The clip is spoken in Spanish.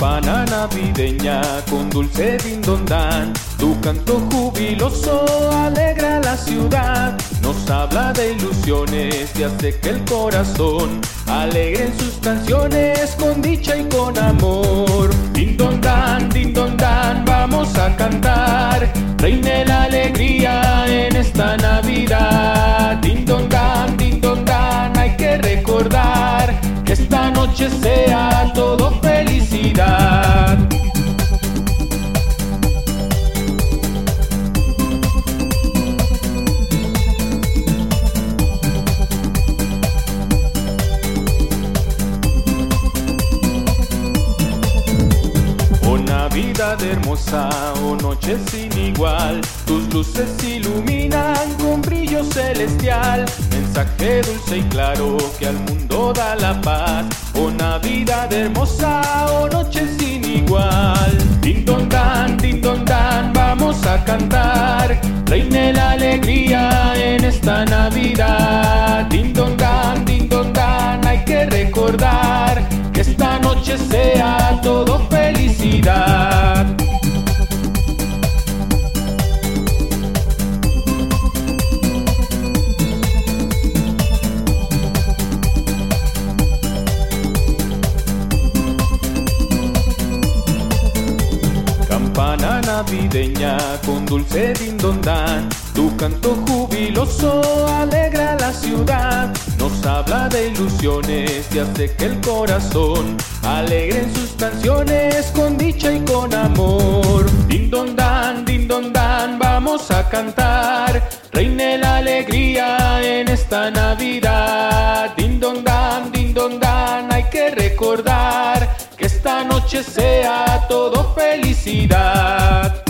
Campana navideña con dulce dindondán, tu canto jubiloso alegra la ciudad, nos habla de ilusiones y hace que el corazón alegre en sus canciones con dicha y con amor. Dindondán, vamos a cantar, reine la alegría en esta Navidad. Dindondán, hay que recordar que esta noche sea todo felicidad. Oh Navidad hermosa, oh noche sin igual, tus luces iluminan con brillo celestial, mensaje dulce y claro que al mundo da la paz. Oh Navidad hermosa, oh noche sin igual. Dindondán, vamos a cantar, reine la alegría en esta Navidad. Dindondán, hay que recordar que esta noche sea todo felicidad. Campana navideña con dulce dindondán, tu canto jubiloso alegra la ciudad, nos habla de ilusiones y hace que el corazón alegre en sus canciones con dicha y con amor. Dindondán, vamos a cantar, reine la alegría en esta Navidad. Dindondán, hay que recordar que esta noche sea todo felicidad.